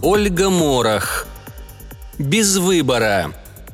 Ольга Морох. Без выбора.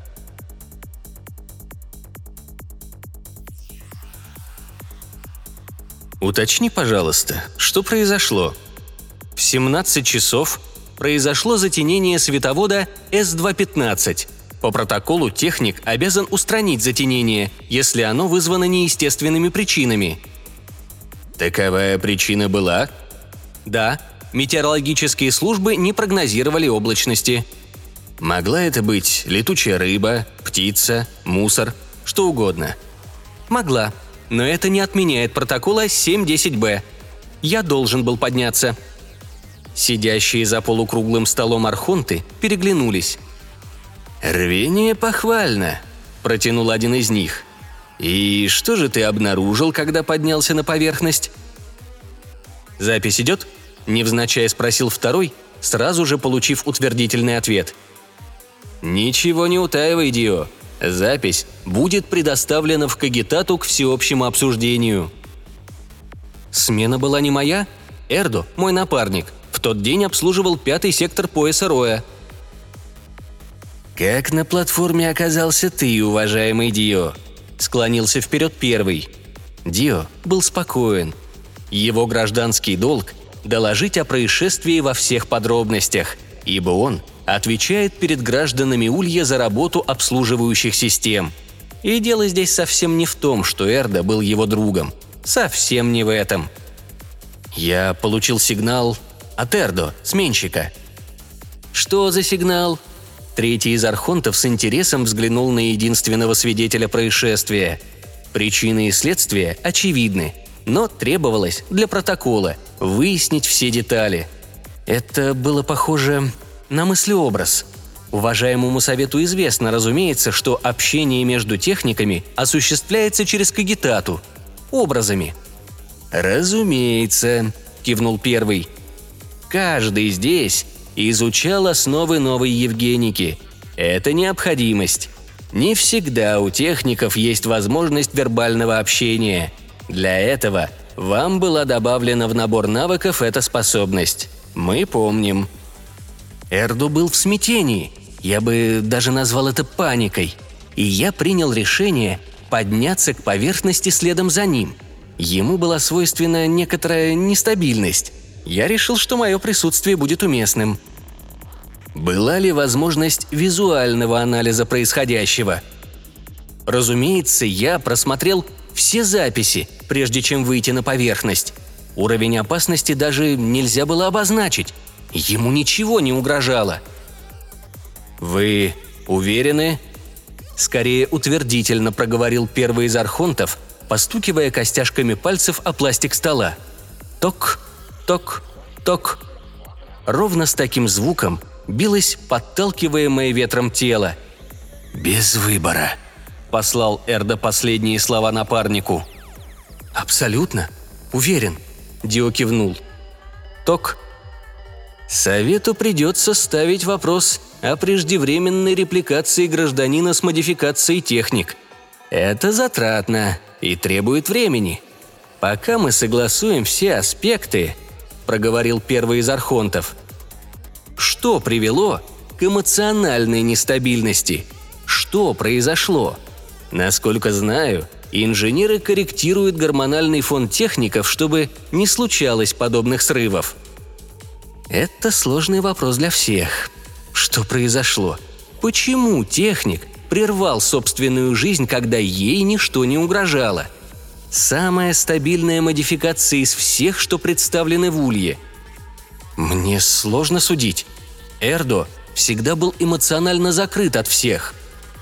Уточни, пожалуйста, что произошло? В 17 часов произошло затемнение световода С-215. По протоколу техник обязан устранить затемнение, если оно вызвано неестественными причинами. Таковая причина была? Да, метеорологические службы не прогнозировали облачности. Могла это быть летучая рыба, птица, мусор, что угодно. Могла, но это не отменяет протокола 7.10Б. Я должен был подняться. Сидящие за полукруглым столом архонты переглянулись. «Рвение похвально», – протянул один из них. «И что же ты обнаружил, когда поднялся на поверхность?» «Запись идет?» – невзначай спросил второй, сразу же получив утвердительный ответ. «Ничего не утаивай, Дио. Запись будет предоставлена в Кагитату к всеобщему обсуждению». Смена была не моя. Эрдо, мой напарник, в тот день обслуживал 5-й сектор пояса Роя. «Как на платформе оказался ты, уважаемый Дио?» – склонился вперед первый. Дио был спокоен. Его гражданский долг – доложить о происшествии во всех подробностях, ибо он отвечает перед гражданами Улья за работу обслуживающих систем. И дело здесь совсем не в том, что Эрдо был его другом. Совсем не в этом. Я получил сигнал от Эрдо, сменщика. «Что за сигнал?» Третий из архонтов с интересом взглянул на единственного свидетеля происшествия. Причины и следствия очевидны, но требовалось для протокола выяснить все детали. Это было похоже на мыслеобраз. Уважаемому совету известно, разумеется, что общение между техниками осуществляется через Кагитату, образами. «Разумеется», – кивнул первый. «Каждый здесь изучал основы новой Евгеники. Это необходимость. Не всегда у техников есть возможность вербального общения. Для этого вам была добавлена в набор навыков эта способность. Мы помним». Эрдо был в смятении. Я бы даже назвал это паникой. И я принял решение подняться к поверхности следом за ним. Ему была свойственна некоторая нестабильность. Я решил, что мое присутствие будет уместным. Была ли возможность визуального анализа происходящего? Разумеется, я просмотрел все записи, прежде чем выйти на поверхность. Уровень опасности даже нельзя было обозначить. Ему ничего не угрожало. «Вы уверены?» Скорее утвердительно проговорил первый из архонтов, постукивая костяшками пальцев о пластик стола. Ток, ток, ток. Ровно с таким звуком билось подталкиваемое ветром тело. «Без выбора», – послал Эрдо последние слова напарнику. «Абсолютно. Уверен», – Дио кивнул. Ток. «Совету придется ставить вопрос о преждевременной репликации гражданина с модификацией техник. Это затратно и требует времени. Пока мы согласуем все аспекты», – проговорил первый из архонтов. «Что привело к эмоциональной нестабильности? Что произошло? Насколько знаю, инженеры корректируют гормональный фон техников, чтобы не случалось подобных срывов». Это сложный вопрос для всех. Что произошло? Почему техник прервал собственную жизнь, когда ей ничто не угрожало? Самая стабильная модификация из всех, что представлены в Улье. Мне сложно судить. Эрдо всегда был эмоционально закрыт от всех.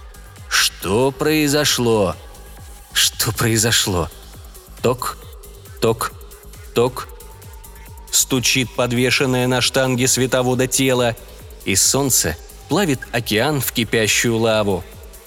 Что произошло? Что произошло? Ток, ток, ток. Стучит подвешенное на штанге световода тело, и солнце плавит океан в кипящую лаву.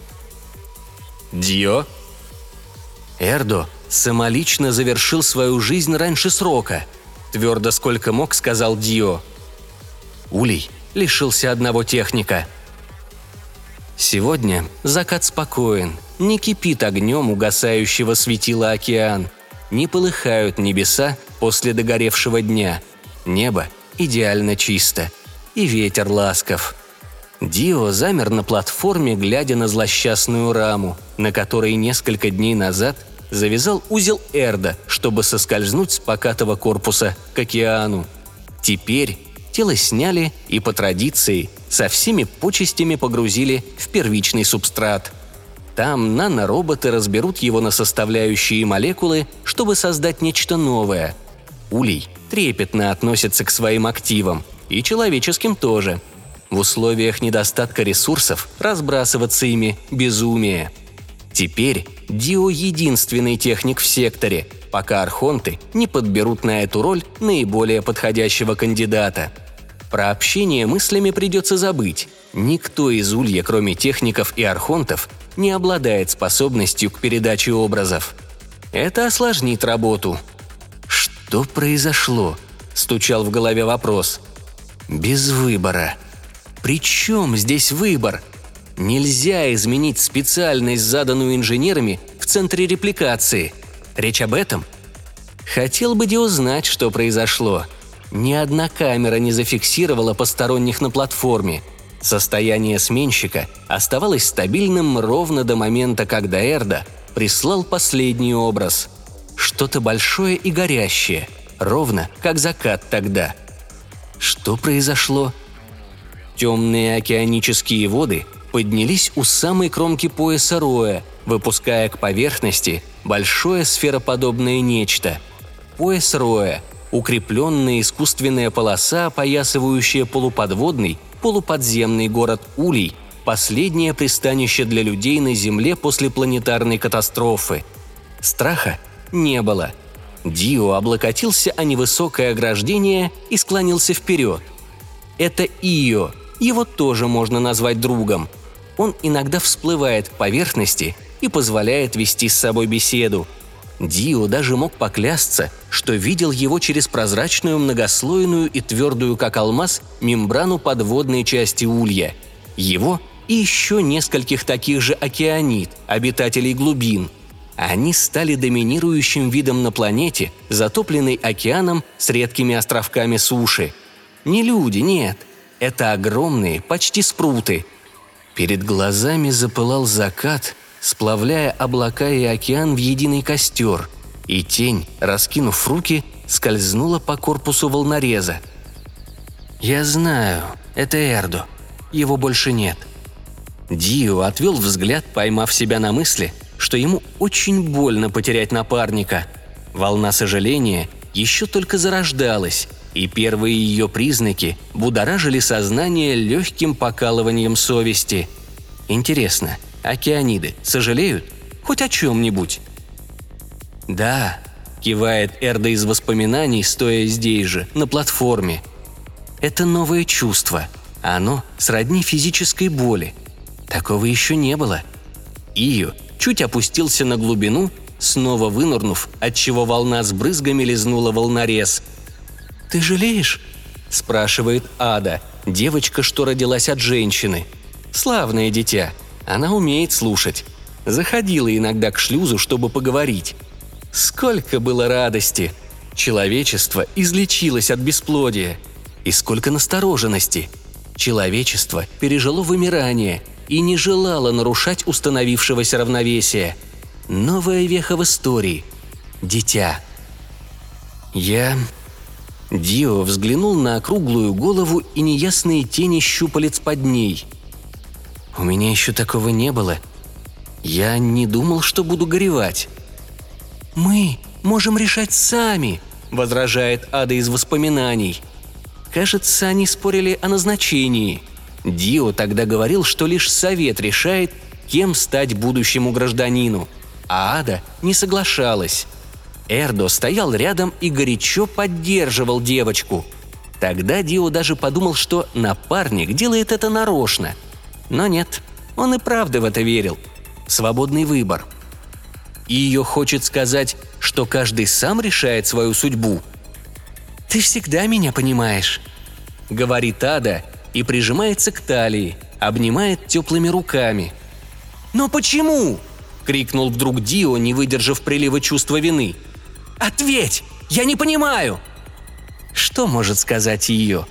Дио? Эрдо самолично завершил свою жизнь раньше срока. Твердо сколько мог, сказал Дио. Улей лишился одного техника. Сегодня закат спокоен, не кипит огнем угасающего светила океан, не полыхают небеса после догоревшего дня. Небо идеально чисто. и ветер ласков. Дио замер на платформе, глядя на злосчастную раму, на которой несколько дней назад завязал узел Эрда, чтобы соскользнуть с покатого корпуса к океану. Теперь тело сняли и, по традиции, со всеми почестями погрузили в первичный субстрат. Там нанороботы разберут его на составляющие молекулы, чтобы создать нечто новое. Улей трепетно относится к своим активам, и человеческим тоже. В условиях недостатка ресурсов разбрасываться ими – безумие. Теперь Дио единственный техник в секторе, пока архонты не подберут на эту роль наиболее подходящего кандидата. Про общение мыслями придется забыть. Никто из Улья, кроме техников и архонтов, не обладает способностью к передаче образов. Это осложнит работу. «Что произошло?» – стучал в голове вопрос. «Без выбора. При чем здесь выбор? Нельзя изменить специальность, заданную инженерами в центре репликации. Речь об этом? Хотел бы Дио знать, что произошло. Ни одна камера не зафиксировала посторонних на платформе. Состояние сменщика оставалось стабильным ровно до момента, когда Эрда прислал последний образ. Что-то большое и горящее, ровно как закат тогда. Что произошло? Темные океанические воды поднялись у самой кромки пояса Роя, выпуская к поверхности большое сфероподобное нечто. Пояс Роя – укрепленная искусственная полоса, опоясывающая полуподводный, полуподземный город Улей, последнее пристанище для людей на Земле после планетарной катастрофы. Страха не было. Дио облокотился о невысокое ограждение и склонился вперед. Это Ио, его тоже можно назвать другом. Он иногда всплывает к поверхности и позволяет вести с собой беседу. Дио даже мог поклясться, что видел его через прозрачную многослойную и твердую, как алмаз, мембрану подводной части Улья. Его и еще нескольких таких же океанид, обитателей глубин. Они стали доминирующим видом на планете, затопленной океаном с редкими островками суши. Не люди, нет. Это огромные, почти спруты. Перед глазами запылал закат, сплавляя облака и океан в единый костер, и тень, раскинув руки, скользнула по корпусу волнореза. «Я знаю, это Эрдо. Его больше нет». Дио отвел взгляд, поймав себя на мысли, что ему очень больно потерять напарника. Волна сожаления еще только зарождалась, и первые ее признаки будоражили сознание легким покалыванием совести. Интересно, океаниды сожалеют хоть о чем-нибудь? «Да», – кивает Эрда из воспоминаний, стоя здесь же, на платформе. «Это новое чувство. Оно сродни физической боли. Такого еще не было». Ио чуть опустился на глубину, снова вынырнув, отчего волна с брызгами лизнула волнорез. «Ты жалеешь?» – спрашивает Ада, девочка, что родилась от женщины. Славное дитя. Она умеет слушать. Заходила иногда к шлюзу, чтобы поговорить. Сколько было радости! Человечество излечилось от бесплодия. И сколько настороженности! Человечество пережило вымирание и не желало нарушать установившегося равновесия. Новая веха в истории. Дитя. Дио взглянул на округлую голову и неясные тени щупалец под ней. «У меня еще такого не было. Я не думал, что буду горевать». «Мы можем решать сами», – возражает Ада из воспоминаний. Кажется, они спорили о назначении. Дио тогда говорил, что лишь совет решает, кем стать будущему гражданину, а Ада не соглашалась. Эрдо стоял рядом и горячо поддерживал девочку. Тогда Дио даже подумал, что напарник делает это нарочно. Но нет, он и правда в это верил. Свободный выбор. И ее хочет сказать, что каждый сам решает свою судьбу. «Ты всегда меня понимаешь», — говорит Ада и прижимается к талии, обнимает теплыми руками. «Но почему?» — крикнул вдруг Дио, не выдержав прилива чувства вины. «Ответь! Я не понимаю!» Что может сказать ее?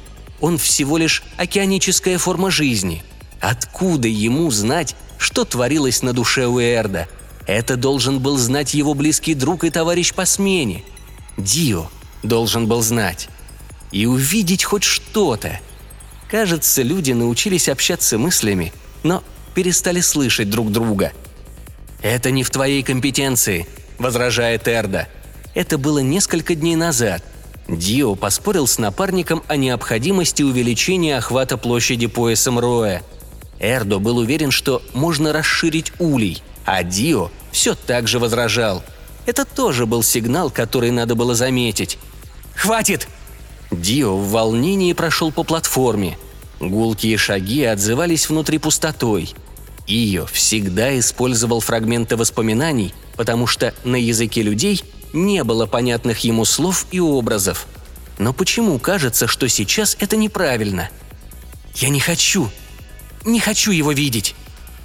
Он всего лишь океаническая форма жизни. Откуда ему знать, что творилось на душе у Эрда? Это должен был знать его близкий друг и товарищ по смене. Дио должен был знать. И увидеть хоть что-то. Кажется, люди научились общаться мыслями, но перестали слышать друг друга. «Это не в твоей компетенции», – возражает Эрда. Это было несколько дней назад. Дио поспорил с напарником о необходимости увеличения охвата площади поясом Роя. Эрдо был уверен, что можно расширить улей, а Дио все так же возражал. Это тоже был сигнал, который надо было заметить. «Хватит!» Дио в волнении прошел по платформе. Гулкие шаги отзывались внутри пустотой. Ио всегда использовал фрагменты воспоминаний, потому что на языке людей не было понятных ему слов и образов. Но почему кажется, что сейчас это неправильно? «Я не хочу его видеть!»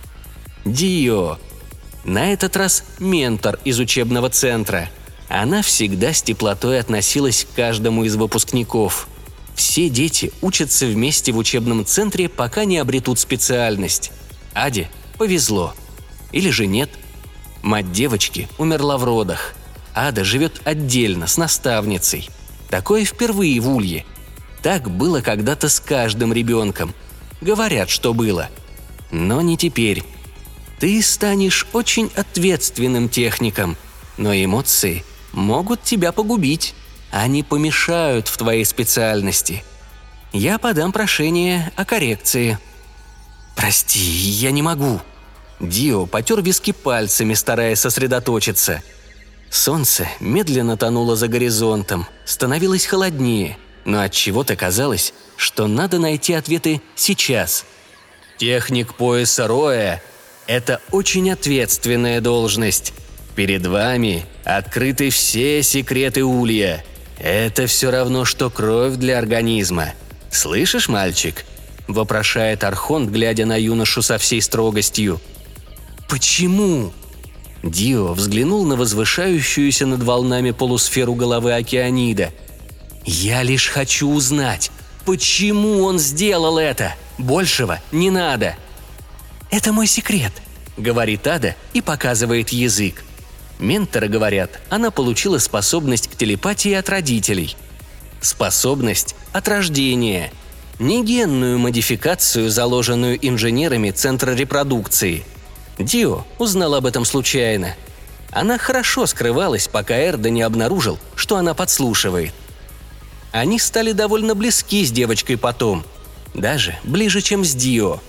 Дио. На этот раз ментор из учебного центра. Она всегда с теплотой относилась к каждому из выпускников. Все дети учатся вместе в учебном центре, пока не обретут специальность. Аде повезло. Или же нет. Мать девочки умерла в родах. Ада живет отдельно, с наставницей. Такое впервые в Улье. Так было когда-то с каждым ребенком. Говорят, что было. Но не теперь. Ты станешь очень ответственным техником, но эмоции могут тебя погубить. Они помешают в твоей специальности. Я подам прошение о коррекции». «Прости, я не могу». Дио потер виски пальцами, стараясь сосредоточиться. Солнце медленно тонуло за горизонтом, становилось холоднее, но отчего-то казалось, что надо найти ответы сейчас. Техник пояса Роя – это очень ответственная должность. Перед вами открыты все секреты Улья. Это все равно, что кровь для организма. Слышишь, мальчик?» – вопрошает Архонт, глядя на юношу со всей строгостью. «Почему?» Дио взглянул на возвышающуюся над волнами полусферу головы океанида. «Я лишь хочу узнать, почему он сделал это. Большего не надо». «Это мой секрет», — говорит Ада и показывает язык. Менторы говорят, она получила способность к телепатии от родителей. Способность от рождения. Не генную модификацию, заложенную инженерами Центра репродукции. Дио узнал об этом случайно. Она хорошо скрывалась, пока Эрда не обнаружил, что она подслушивает. Они стали довольно близки с девочкой потом. Даже ближе, чем с Дио.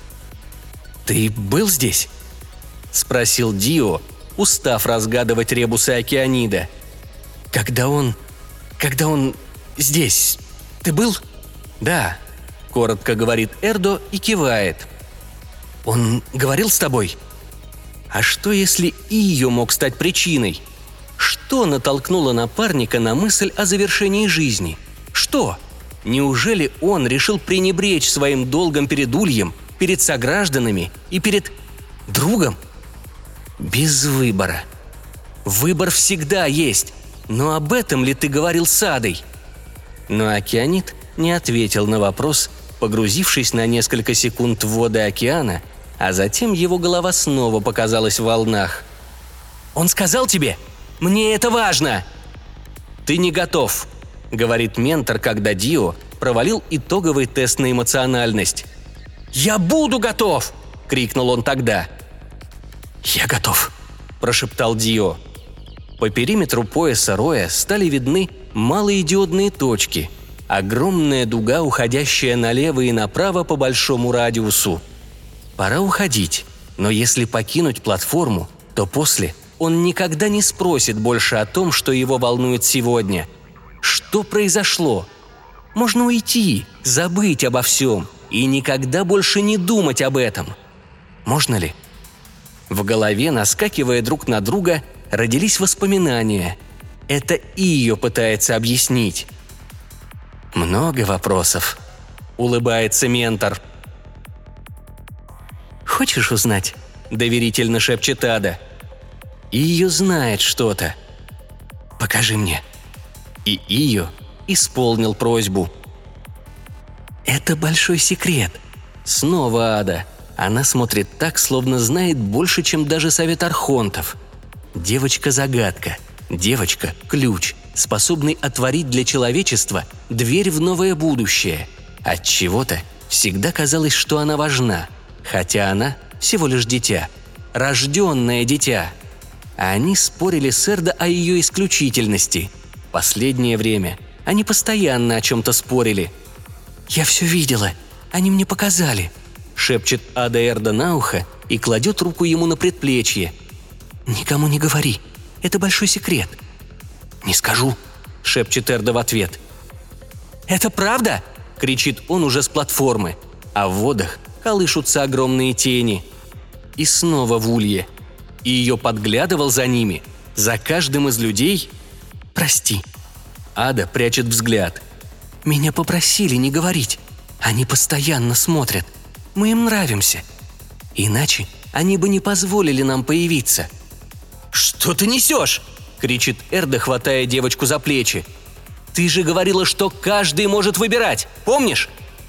«Ты был здесь?» – спросил Дио, устав разгадывать ребусы океанида. Когда он здесь, ты был?» «Да», – коротко говорит Эрдо и кивает. «Он говорил с тобой?» А что, если Ио мог стать причиной? Что натолкнуло напарника на мысль о завершении жизни? Что? Неужели он решил пренебречь своим долгом перед Ульем, перед согражданами и перед другом? Без выбора. Выбор всегда есть, но об этом ли ты говорил с Адой? Но океанит не ответил на вопрос, погрузившись на несколько секунд в воды океана, а затем его голова снова показалась в волнах. «Он сказал тебе? Мне это важно!» «Ты не готов», — говорит ментор, когда Дио провалил итоговый тест на эмоциональность. «Я буду готов!» — крикнул он тогда. «Я готов», — прошептал Дио. По периметру пояса Роя стали видны малые диодные точки, огромная дуга, уходящая налево и направо по большому радиусу. Пора уходить, но если покинуть платформу, то после он никогда не спросит больше о том, что его волнует сегодня. Что произошло? Можно уйти, забыть обо всем и никогда больше не думать об этом. Можно ли? В голове, наскакивая друг на друга, родились воспоминания. Это Ио пытается объяснить. «Много вопросов», — улыбается ментор. «Хочешь узнать?» – доверительно шепчет Ада. Ио знает что-то. «Покажи мне». И Ио исполнил просьбу. «Это большой секрет». Снова Ада. Она смотрит так, словно знает больше, чем даже совет архонтов. Девочка-загадка. Девочка-ключ, способный отворить для человечества дверь в новое будущее. Отчего-то всегда казалось, что она важна, хотя она всего лишь дитя. Рожденное дитя. А они спорили с Эрдо о ее исключительности. Последнее время они постоянно о чем-то спорили. «Я все видела. Они мне показали», – шепчет Ада Эрдо на ухо и кладет руку ему на предплечье. «Никому не говори. Это большой секрет». «Не скажу», – шепчет Эрдо в ответ. «Это правда?» – кричит он уже с платформы, а в водах колышутся огромные тени. И снова в улье. И ее подглядывал за ними, за каждым из людей. «Прости». Ада прячет взгляд. «Меня попросили не говорить. Они постоянно смотрят. Мы им нравимся. Иначе они бы не позволили нам появиться». «Что ты несешь?» – кричит Эрдо, хватая девочку за плечи. «Ты же говорила, что каждый может выбирать, помнишь?»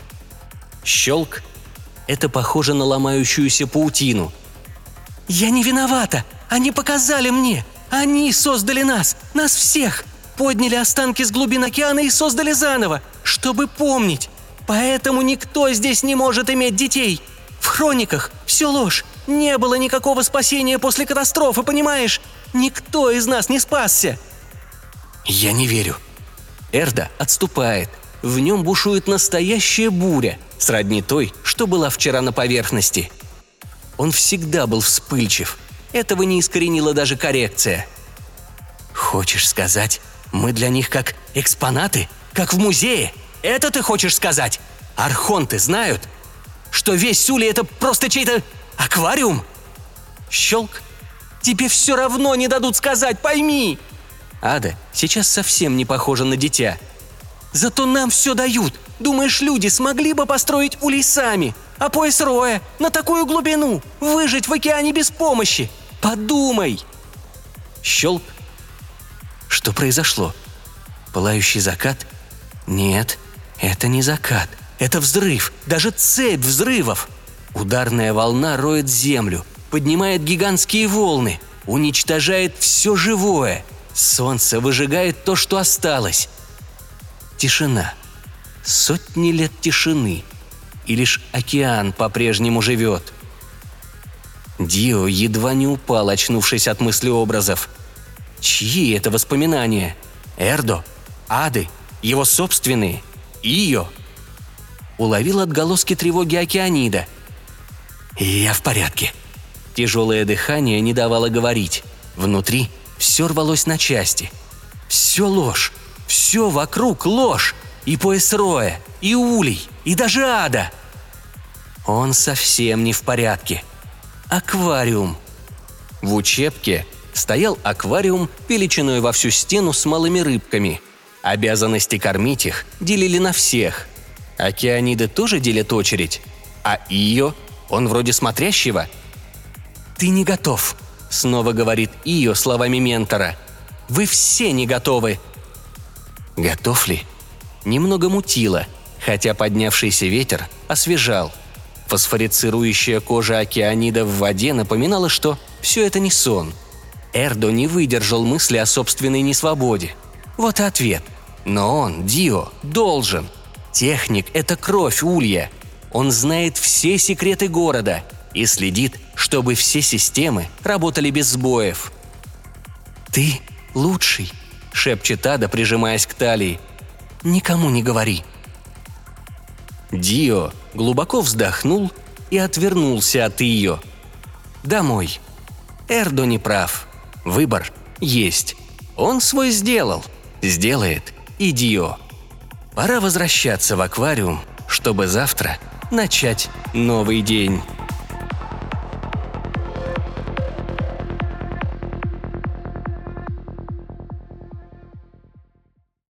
Щелк. Это похоже на ломающуюся паутину. «Я не виновата! Они показали мне! Они создали нас! Нас всех! Подняли останки с глубин океана и создали заново, чтобы помнить! Поэтому никто здесь не может иметь детей! В хрониках все ложь! Не было никакого спасения после катастрофы, понимаешь? Никто из нас не спасся!» «Я не верю». Эрдо отступает. В нем бушует настоящая буря, сродни той, что была вчера на поверхности. Он всегда был вспыльчив. Этого не искоренила даже коррекция. «Хочешь сказать, мы для них как экспонаты? Как в музее? Это ты хочешь сказать? Архонты знают, что весь Ули – это просто чей-то аквариум?» Щелк. «Тебе все равно не дадут сказать, пойми!» Ада сейчас совсем не похожа на дитя. «Зато нам все дают. Думаешь, люди смогли бы построить улей сами? А пояс Роя на такую глубину? Выжить в океане без помощи? Подумай!» Щелк. Что произошло? Пылающий закат? Нет, это не закат. Это взрыв, даже цепь взрывов. Ударная волна роет землю, поднимает гигантские волны, уничтожает все живое. Солнце выжигает то, что осталось. Тишина. Сотни лет тишины. И лишь океан по-прежнему живет. Дио едва не упал, очнувшись от мыслеобразов. Чьи это воспоминания? Эрдо? Ады? Его собственные? Ио? Уловил отголоски тревоги океанида. «Я в порядке». Тяжелое дыхание не давало говорить. Внутри все рвалось на части. Все ложь. Все вокруг ложь. И пояс Роя, и Улей, и даже Ада. Он совсем не в порядке. Аквариум. В учебке стоял аквариум величиной во всю стену с малыми рыбками. Обязанности кормить их делили на всех. Океаниды тоже делят очередь. А Ио, он вроде смотрящего. «Ты не готов», — снова говорит Ио словами ментора. «Вы все не готовы». Готов ли? Немного мутило, хотя поднявшийся ветер освежал. Фосфорицирующая кожа океанида в воде напоминала, что все это не сон. Эрдо не выдержал мысли о собственной несвободе. Вот и ответ. Но он, Дио, должен. Техник – это кровь Улья. Он знает все секреты города и следит, чтобы все системы работали без сбоев. «Ты лучший», – шепчет Ада, прижимаясь к талии. «Никому не говори». Дио глубоко вздохнул и отвернулся от Ио. Домой. Эрдо не прав. Выбор есть. Он свой сделал. Сделает и Дио. Пора возвращаться в аквариум, чтобы завтра начать новый день.